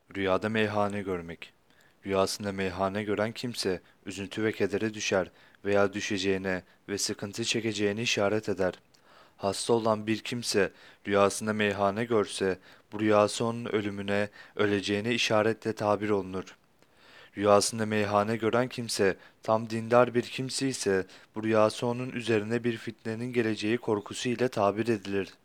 Rüyada meyhane görmek. Rüyasında meyhane gören kimse üzüntü ve kedere düşer veya düşeceğine ve sıkıntı çekeceğini işaret eder. Hasta olan bir kimse rüyasında meyhane görse bu rüyası onun ölümüne, öleceğine işaretle tabir olunur. Rüyasında meyhane gören kimse tam dindar bir kimse ise bu rüyası onun üzerine bir fitnenin geleceği korkusu ile tabir edilir.